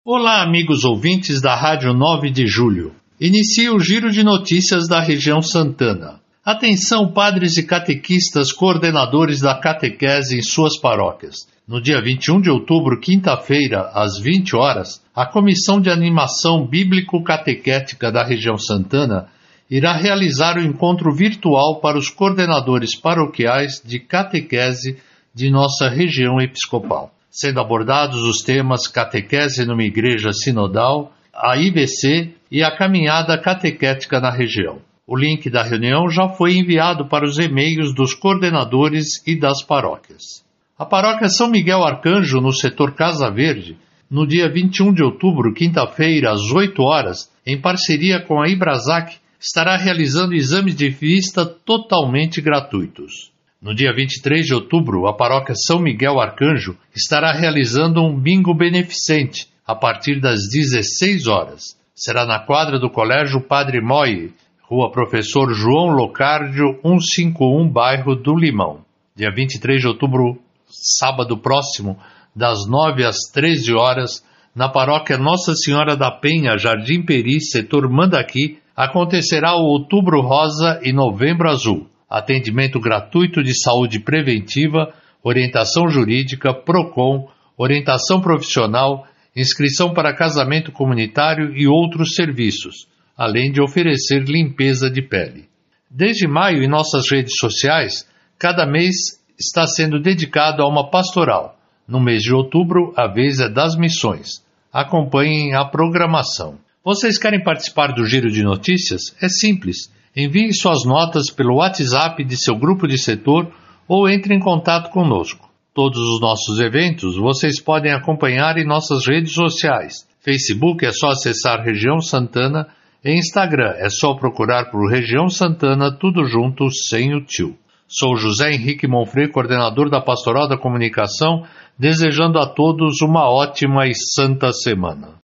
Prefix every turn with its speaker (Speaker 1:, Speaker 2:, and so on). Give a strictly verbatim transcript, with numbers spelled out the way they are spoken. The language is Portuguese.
Speaker 1: Olá, amigos ouvintes da Rádio nove de Julho. Inicia o giro de notícias da região Santana. Atenção, padres e catequistas coordenadores da catequese em suas paróquias. No dia vinte e um de outubro, quinta-feira, às vinte horas, a Comissão de Animação Bíblico-Catequética da região Santana irá realizar o encontro virtual para os coordenadores paroquiais de catequese de nossa região episcopal, sendo abordados os temas catequese numa igreja sinodal, a I B C e a caminhada catequética na região. O link da reunião já foi enviado para os e-mails dos coordenadores e das paróquias. A paróquia São Miguel Arcanjo, no setor Casa Verde, no dia vinte e um de outubro, quinta-feira, às oito horas, em parceria com a Ibrasac, estará realizando exames de vista totalmente gratuitos. No dia vinte e três de outubro, a paróquia São Miguel Arcanjo estará realizando um bingo beneficente a partir das dezesseis horas. Será na quadra do Colégio Padre Moy, Rua Professor João Locardio, cento e cinquenta e um, bairro do Limão. Dia vinte e três de outubro, sábado próximo, das nove às treze horas, na paróquia Nossa Senhora da Penha, Jardim Peri, setor Mandaqui, acontecerá o Outubro Rosa e Novembro Azul. Atendimento gratuito de saúde preventiva, orientação jurídica, PROCON, orientação profissional, inscrição para casamento comunitário e outros serviços, além de oferecer limpeza de pele. Desde maio, em nossas redes sociais, cada mês está sendo dedicado a uma pastoral. No mês de outubro, a vez é das missões. Acompanhem a programação. Vocês querem participar do Giro de Notícias? É simples. Envie suas notas pelo WhatsApp de seu grupo de setor ou entre em contato conosco. Todos os nossos eventos vocês podem acompanhar em nossas redes sociais. Facebook é só acessar Região Santana e Instagram é só procurar por Região Santana, tudo junto, sem o tio. Sou José Henrique Monfrey, coordenador da Pastoral da Comunicação, desejando a todos uma ótima e santa semana.